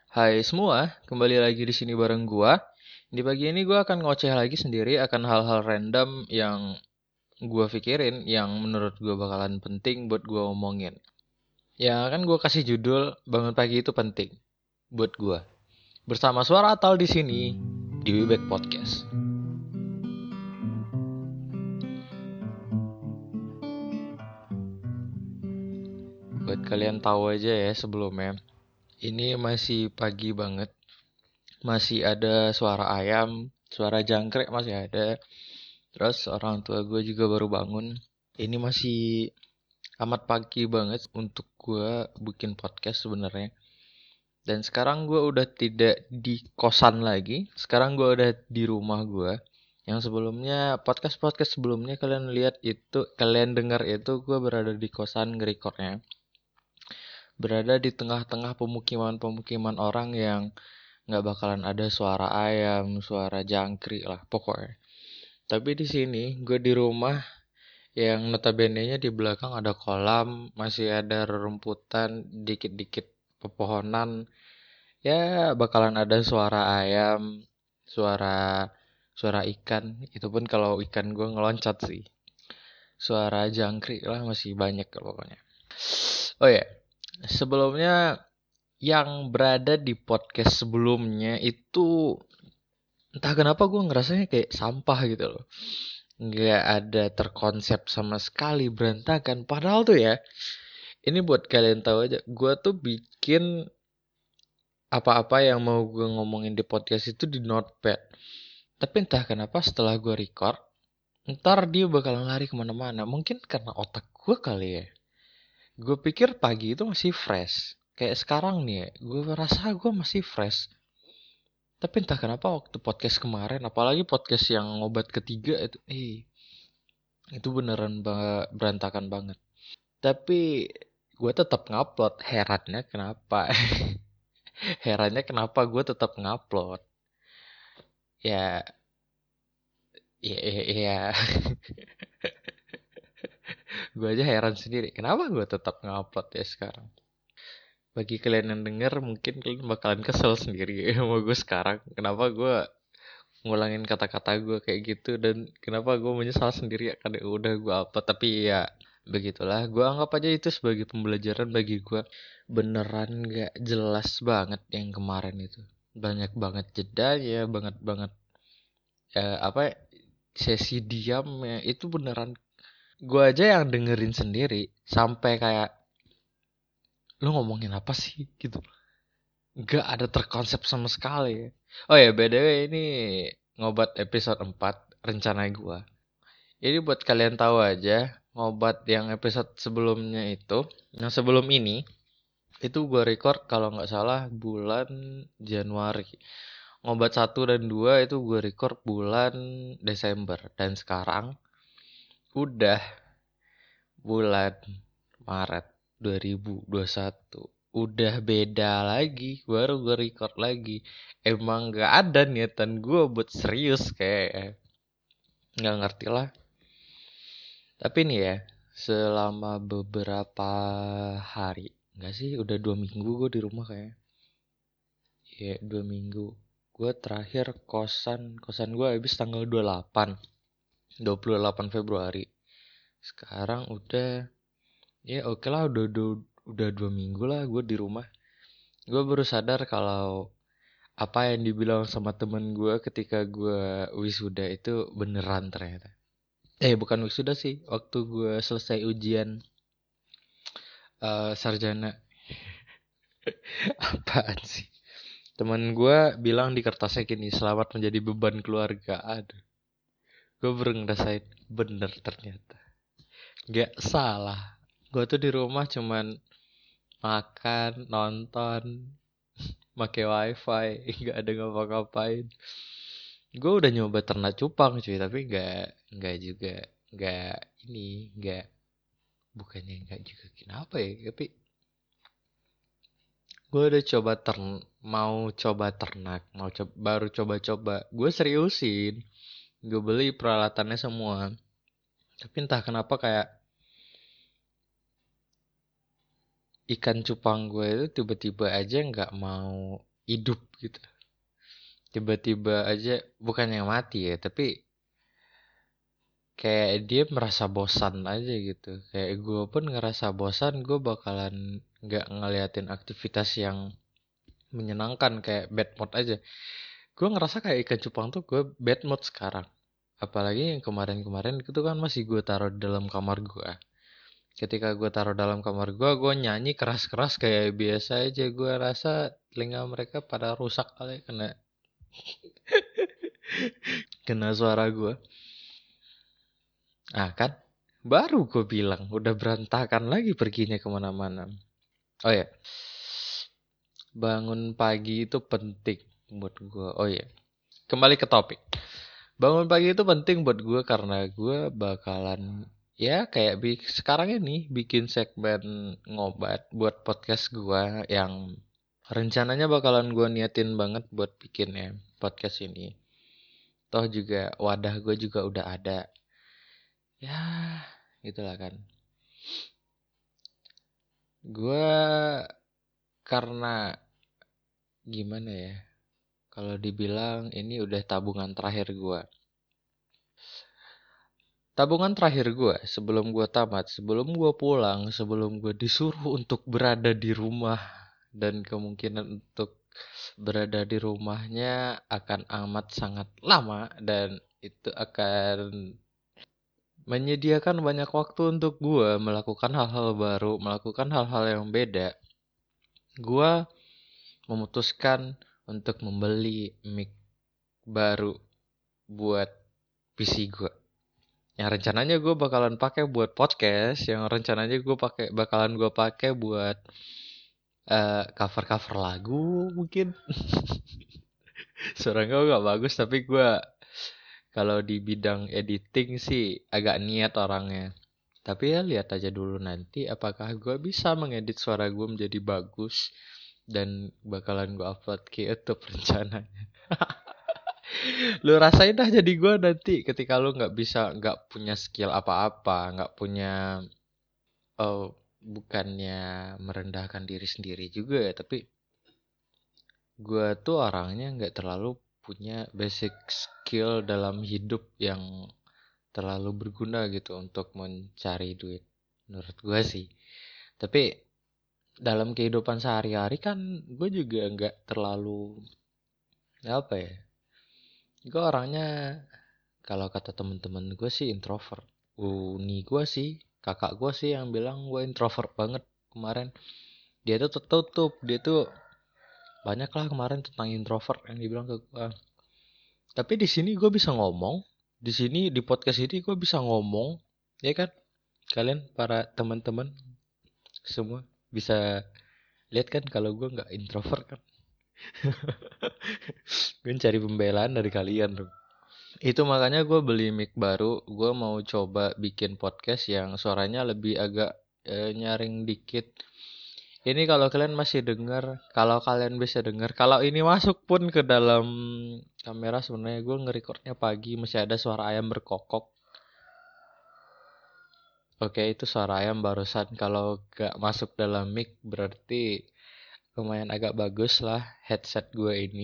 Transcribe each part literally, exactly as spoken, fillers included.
Hai semua, kembali lagi di sini bareng gua. Di pagi ini gua akan ngoceh lagi sendiri akan hal-hal random yang gua pikirin yang menurut gua bakalan penting buat gua omongin. Ya kan gua kasih judul Bangun Pagi Itu Penting buat gua. Bersama Suara Atal di sini di Wibek Podcast. Buat kalian tahu aja ya sebelumnya, ini masih pagi banget. Masih ada suara ayam, suara jangkrik masih ada. Terus orang tua gue juga baru bangun. Ini masih amat pagi banget untuk gue bikin podcast sebenarnya. Dan sekarang gue udah tidak di kosan lagi. Sekarang gue udah di rumah gue. Yang sebelumnya podcast-podcast sebelumnya kalian lihat itu, kalian dengar itu gue berada di kosan ngerekornya. Berada di tengah-tengah pemukiman-pemukiman orang yang nggak bakalan ada suara ayam, suara jangkrik lah pokoknya. Tapi di sini gue di rumah yang notabene-nya di belakang ada kolam, masih ada rerumputan, dikit-dikit pepohonan. Ya, bakalan ada suara ayam, suara suara ikan. Itu pun kalau ikan gue ngeloncat sih. Suara jangkrik lah masih banyak pokoknya. Oh ya, sebelumnya yang berada di podcast sebelumnya itu entah kenapa gue ngerasanya kayak sampah gitu loh. Nggak ada terkonsep sama sekali, berantakan. Padahal tuh ya, ini buat kalian tahu aja, gue tuh bikin apa-apa yang mau gue ngomongin di podcast itu di notepad. Tapi entah kenapa setelah gue record, ntar dia bakalan lari kemana-mana. Mungkin karena otak gue kali ya. Gue pikir pagi itu masih fresh. Kayak sekarang nih ya, gue rasa gue masih fresh. Tapi entah kenapa waktu podcast kemarin, apalagi podcast yang obat ketiga itu, eh, itu beneran ba- berantakan banget. Tapi gue tetap ngupload. Herannya kenapa? Herannya kenapa gue tetap ngupload? Ya, ya, ya, ya. Gue aja heran sendiri. Kenapa gue tetap ngupload ya sekarang? Bagi kalian yang denger, mungkin kalian bakalan kesel sendiri sama gue sekarang. Kenapa gue ngulangin kata-kata gue kayak gitu dan kenapa gue menyesal sendiri ya karena udah gue upload. Tapi ya begitulah. Gue anggap aja itu sebagai pembelajaran bagi gue. Beneran gak jelas banget yang kemarin itu. Banyak banget jedanya, banget banget eh, apa ya, sesi diamnya itu beneran gue aja yang dengerin sendiri sampai kayak lu ngomongin apa sih gitu. Gak ada terkonsep sama sekali. Oh ya, B T W ini ngobat episode empat rencana gue. Ini buat kalian tahu aja, ngobat yang episode sebelumnya itu, yang sebelum ini, itu gue record kalau nggak salah bulan Januari. Ngobat satu dan dua itu gue record bulan Desember. Dan sekarang udah bulan Maret dua ribu dua puluh satu. Udah beda lagi, baru gue record lagi. Emang gak ada niatan gue buat serius kayak nggak ngerti lah. Tapi nih ya, selama beberapa hari, nggak sih, udah dua minggu gue di rumah kayak. Ya dua minggu. Gue terakhir kosan, kosan gue habis tanggal dua puluh delapan, dua puluh delapan Februari. Sekarang udah, ya oke lah, udah, udah, udah dua minggu lah gue di rumah. Gue baru sadar kalau apa yang dibilang sama temen gue ketika gue wisuda itu beneran ternyata. Eh bukan wisuda sih, waktu gue selesai ujian eh, sarjana. Apaan sih? Temen gue bilang di kertasnya gini, selamat menjadi beban keluarga. Aduh, gue baru ngerasain bener ternyata. Gak salah. Gue tuh di rumah cuman makan, nonton, pakai wifi, gak ada ngapa-ngapain. Gue udah nyoba ternak cupang cuy, tapi gak, gak juga, gak ini, gak, bukannya gak juga kenapa ya, tapi gue udah coba tern, mau coba ternak, mau coba, baru coba-coba. Gue seriusin, gue beli peralatannya semua. Tapi entah kenapa kayak ikan cupang gue itu tiba-tiba aja nggak mau hidup gitu. Tiba-tiba aja, bukannya mati ya, tapi kayak dia merasa bosan aja gitu. Kayak gue pun ngerasa bosan, gue bakalan nggak ngeliatin aktivitas yang menyenangkan, kayak bad mood aja. Gue ngerasa kayak ikan cupang tuh gue bad mood sekarang. Apalagi yang kemarin-kemarin itu kan masih gue taruh di dalam kamar gue. Ketika gue taruh dalam kamar gue, gue nyanyi keras-keras kayak biasa aja. Gue rasa telinga mereka pada rusak kali kena kena suara gue. Ah kan, baru gue bilang udah berantakan lagi perginya kemana-mana. Oh ya, bangun pagi itu penting buat gue. Oh ya, kembali ke topik. Bangun pagi itu penting buat gue karena gue bakalan ya kayak bi sekarang ini bikin segmen ngobat buat podcast gue yang rencananya bakalan gue niatin banget buat bikin ya podcast ini. Toh juga wadah gue juga udah ada. Ya, gitulah kan. Gue karena gimana ya? Kalau dibilang ini udah tabungan terakhir gue. Tabungan terakhir gue sebelum gue tamat, sebelum gue pulang, sebelum gue disuruh untuk berada di rumah dan kemungkinan untuk berada di rumahnya akan amat sangat lama dan itu akan menyediakan banyak waktu untuk gue melakukan hal-hal baru, melakukan hal-hal yang beda. Gue memutuskan untuk membeli mic baru buat P C gue. Yang rencananya gue bakalan pakai buat podcast, yang rencananya gue pakai bakalan gue pakai buat uh, cover-cover lagu mungkin. Suara gue gak bagus tapi gue kalau di bidang editing sih agak niat orangnya. Tapi ya lihat aja dulu nanti apakah gue bisa mengedit suara gue menjadi bagus dan bakalan gue upload ke YouTube rencananya. Lu rasain dah jadi gue nanti ketika lu nggak bisa nggak punya skill apa-apa, nggak punya oh bukannya merendahkan diri sendiri juga ya, tapi gue tuh orangnya nggak terlalu punya basic skill dalam hidup yang terlalu berguna gitu untuk mencari duit menurut gue sih. Tapi dalam kehidupan sehari-hari kan gue juga nggak terlalu apa ya. Gue orangnya kalau kata temen-temen gue sih introvert. Uni gue sih, kakak gue sih yang bilang gue introvert banget kemarin. Dia tuh tertutup, dia tuh banyak lah kemarin tentang introvert yang dibilang ke gue. Tapi di sini gue bisa ngomong, di sini di podcast ini gue bisa ngomong, ya kan? Kalian para teman-teman semua bisa lihat kan kalau gue nggak introvert kan? Gue cari pembelaan dari kalian tuh. Itu makanya gue beli mic baru. Gue mau coba bikin podcast yang suaranya lebih agak eh, nyaring dikit. Ini kalau kalian masih dengar, kalau kalian bisa dengar, kalau ini masuk pun ke dalam kamera sebenarnya gue ngerekordnya pagi masih ada suara ayam berkokok. Oke, itu suara ayam barusan. Kalau gak masuk dalam mic berarti lumayan agak bagus lah headset gue ini.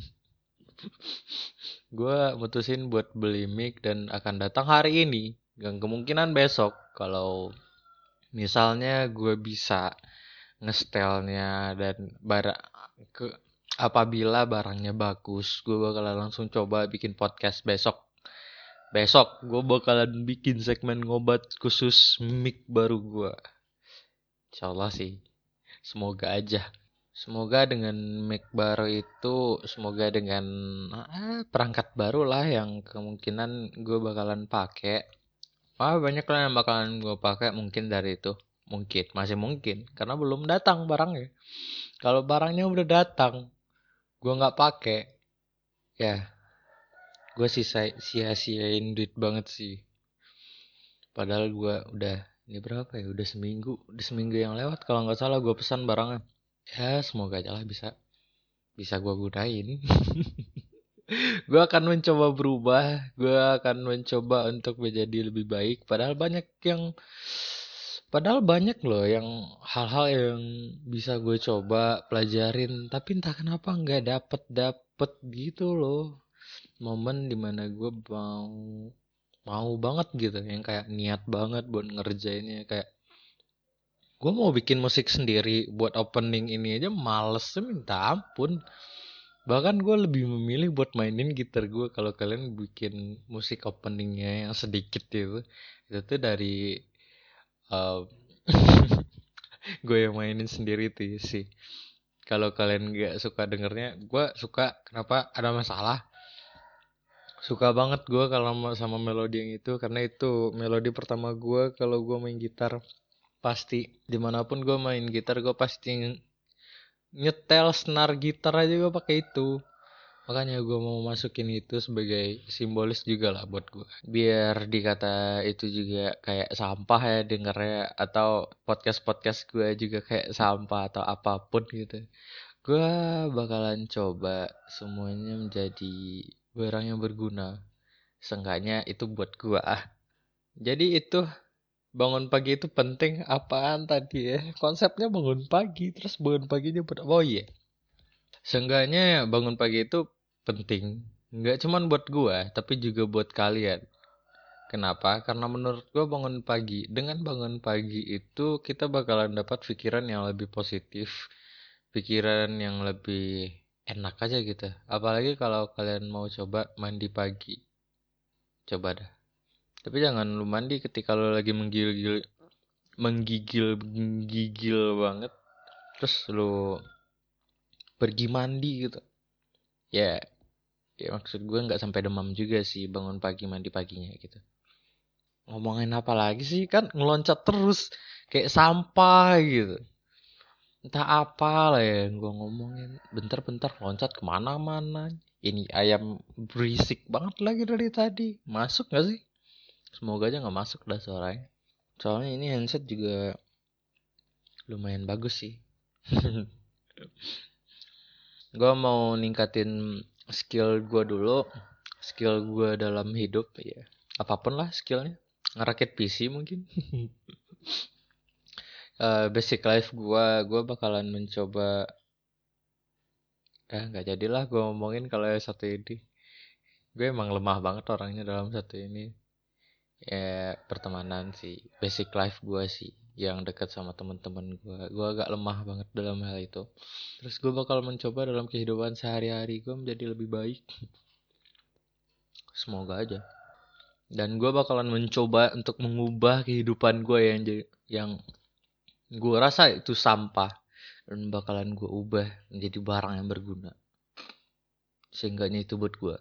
Gue mutusin buat beli mic dan akan datang hari ini. Dan kemungkinan besok kalau misalnya gue bisa ngestelnya dan barang ke apabila barangnya bagus, gue bakalan langsung coba bikin podcast besok. Besok gue bakalan bikin segmen ngobat khusus mic baru gue. Insyaallah sih. Semoga aja. Semoga dengan mic baru itu, semoga dengan ah, perangkat baru lah yang kemungkinan gue bakalan pakai. Ah, banyak lah yang bakalan gue pakai mungkin dari itu. Mungkin, masih mungkin. Karena belum datang barangnya. Kalau barangnya udah datang, gue nggak pakai, ya gue sisa sia-siain duit banget sih. Padahal gue udah, ini berapa ya? Udah seminggu. Udah seminggu yang lewat kalau nggak salah gue pesan barangnya. Ya semoga aja lah bisa bisa gue gunain. Gue akan mencoba berubah, gue akan mencoba untuk menjadi lebih baik. Padahal banyak yang Padahal banyak loh yang hal-hal yang bisa gue coba pelajarin, tapi entah kenapa nggak dapet dapet gitu loh. Momen dimana gue mau mau banget gitu, yang kayak niat banget buat ngerjainnya, kayak gue mau bikin musik sendiri buat opening ini aja malesnya minta ampun. Bahkan gue lebih memilih buat mainin gitar gue kalau kalian bikin musik openingnya yang sedikit itu. Itu tuh dari uh, gue yang mainin sendiri tuh sih. Kalau kalian gak suka dengernya, gue suka. Kenapa? Ada masalah. Suka banget gue kalau sama melodi yang itu, karena itu melodi pertama gue kalau gue main gitar. Pasti dimanapun gue main gitar, gue pasti nyetel senar gitar aja gue pakai itu. Makanya gue mau masukin itu sebagai simbolis juga lah buat gue. Biar dikata itu juga kayak sampah ya dengernya. Atau podcast-podcast gue juga kayak sampah atau apapun gitu. Gue bakalan coba semuanya menjadi barang yang berguna. Seenggaknya itu buat gue. Jadi itu bangun pagi itu penting apaan tadi ya? Konsepnya bangun pagi. Terus bangun paginya buat apa? Oh iya. Seenggaknya bangun pagi itu penting. Nggak cuman buat gua, tapi juga buat kalian. Kenapa? Karena menurut gua bangun pagi, dengan bangun pagi itu kita bakalan dapat pikiran yang lebih positif, pikiran yang lebih enak aja gitu. Apalagi kalau kalian mau coba mandi pagi. Coba dah. Tapi jangan lu mandi ketika lu lagi menggigil menggigil menggigil banget. Terus lu pergi mandi gitu. Ya, ya maksud gue nggak sampai demam juga sih bangun pagi mandi paginya gitu. Ngomongin apa lagi sih, kan ngeloncat terus kayak sampah gitu. Entah apa lah ya yang gue ngomongin. Bentar-bentar loncat kemana-mana. Ini ayam berisik banget lagi dari tadi. Masuk gak sih? Semoga aja nggak masuk dah suaranya. Soalnya ini handset juga lumayan bagus sih. Gue mau ningkatin skill gue dulu. Skill gue dalam hidup ya. Apapun lah skillnya. Ngerakit P C mungkin. uh, basic life gue. Gue bakalan mencoba. Eh nggak jadilah gue ngomongin kalau yang satu ini. Gue emang lemah banget orangnya dalam satu ini. Ya pertemanan sih. Basic life gue sih. Yang dekat sama teman-teman gue. Gue agak lemah banget dalam hal itu. Terus gue bakal mencoba dalam kehidupan sehari-hari gue menjadi lebih baik. Semoga aja. Dan gue bakalan mencoba untuk mengubah kehidupan gue yang yang gue rasa itu sampah, dan bakalan gue ubah menjadi barang yang berguna. Seenggaknya itu buat gue.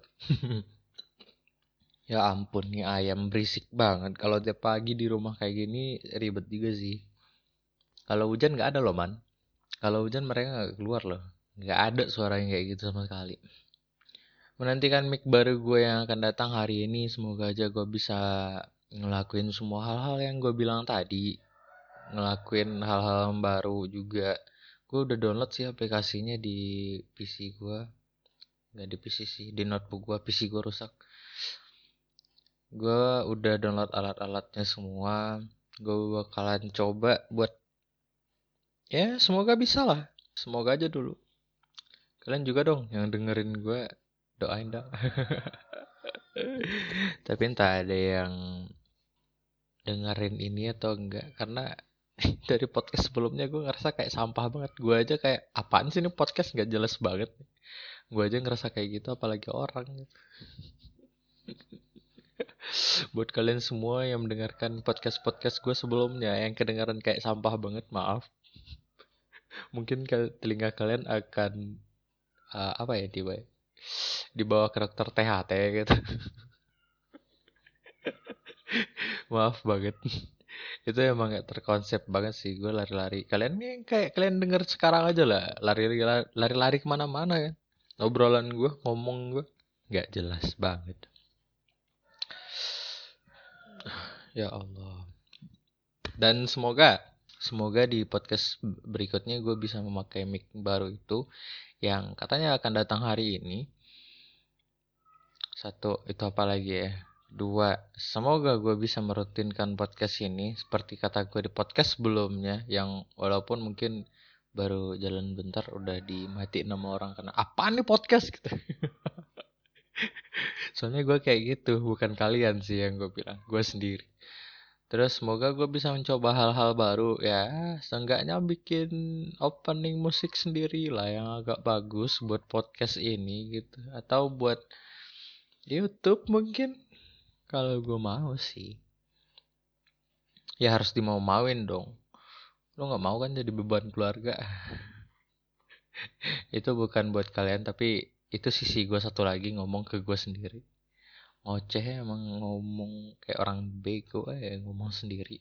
Ya ampun, nih ayam berisik banget. Kalau tiap pagi di rumah kayak gini ribet juga sih. Kalau hujan nggak ada loh man. Kalau hujan mereka nggak keluar loh. Nggak ada suara yang kayak gitu sama sekali. Menantikan mic baru gue yang akan datang hari ini. Semoga aja gue bisa ngelakuin semua hal-hal yang gue bilang tadi. Ngelakuin hal-hal baru juga. Gue udah download sih aplikasinya di P C gue. Nggak di P C sih, di notebook gue. P C gue rusak. Gue udah download alat-alatnya semua. Gue bakalan coba buat, ya semoga bisa lah. Semoga aja dulu. Kalian juga dong yang dengerin gue, doain dong. Tapi entah ada yang dengerin ini atau enggak, karena dari podcast sebelumnya gue ngerasa kayak sampah banget. Gue aja kayak apaan sih ini podcast nggak jelas banget. Gue aja ngerasa kayak gitu, apalagi orang gitu. Buat kalian semua yang mendengarkan podcast-podcast gue sebelumnya yang kedengaran kayak sampah banget, maaf. Mungkin telinga kalian akan uh, apa ya di di bawah karakter T H T gitu. Maaf banget. Itu emang gak terkonsep banget sih gue lari-lari. Kalian nih kayak kalian denger sekarang aja lah, lari-lari lari-lari kemana-mana kan. Obrolan gue, ngomong gue nggak jelas banget. Ya Allah. Dan semoga semoga di podcast berikutnya gue bisa memakai mic baru itu yang katanya akan datang hari ini. Satu, itu apa lagi ya? Dua, semoga gue bisa merutinkan podcast ini seperti kata gue di podcast sebelumnya, yang walaupun mungkin baru jalan bentar udah dimatiin sama orang karena apaan nih podcast gitu. Soalnya gue kayak gitu, bukan kalian sih yang gue bilang, gue sendiri. Terus semoga gue bisa mencoba hal-hal baru ya, seenggaknya bikin opening musik sendiri lah yang agak bagus buat podcast ini gitu. Atau buat YouTube mungkin, kalau gue mau sih. Ya harus dimau-mauin dong. Lo gak mau kan jadi beban keluarga. Itu bukan buat kalian, tapi itu sisi gue satu lagi ngomong ke gue sendiri. Ngoceh emang, ngomong kayak orang bego eh ngomong sendiri.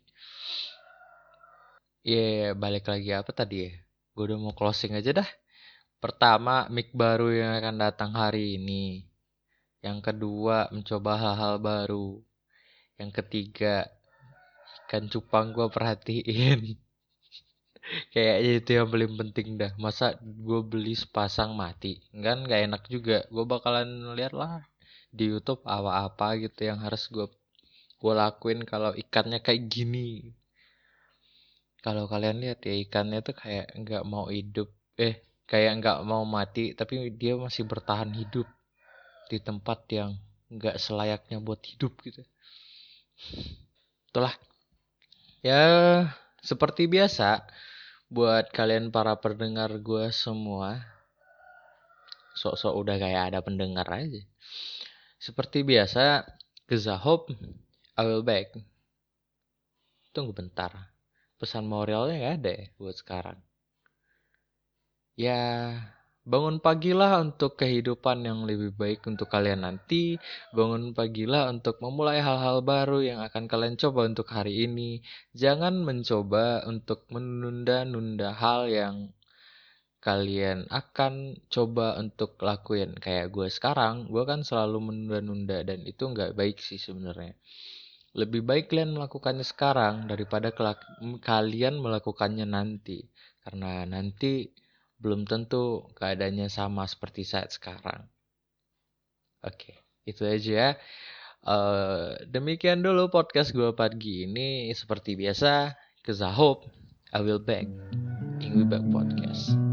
Iya, yeah, balik lagi apa tadi ya? Gue udah mau closing aja dah. Pertama, mic baru yang akan datang hari ini. Yang kedua, mencoba hal-hal baru. Yang ketiga, ikan cupang gue perhatiin. Kayaknya itu yang paling penting dah. Masa gue beli sepasang mati? Kan gak enak juga. Gue bakalan lihat lah di YouTube apa-apa gitu yang harus gue gue lakuin kalau ikannya kayak gini. Kalau kalian lihat ya, ikannya tuh kayak nggak mau hidup, eh kayak nggak mau mati, tapi dia masih bertahan hidup di tempat yang nggak selayaknya buat hidup gitu. Itulah ya, seperti biasa buat kalian para pendengar gue semua, sok-sok udah kayak ada pendengar aja. Seperti biasa, Gezahop, I will back. Tunggu bentar, pesan moralnya nggak ada ya buat sekarang. Ya, bangun pagilah untuk kehidupan yang lebih baik untuk kalian nanti. Bangun pagilah untuk memulai hal-hal baru yang akan kalian coba untuk hari ini. Jangan mencoba untuk menunda-nunda hal yang kalian akan coba untuk lakuin. Kayak gue sekarang, gue kan selalu menunda-nunda dan itu nggak baik sih sebenarnya. Lebih baik kalian melakukannya sekarang daripada kalian melakukannya nanti. Karena nanti belum tentu keadaannya sama seperti saat sekarang. Oke, itu aja ya. Uh, demikian dulu podcast gue pagi ini. Seperti biasa, Gezahop, I will back. In We Back Podcast.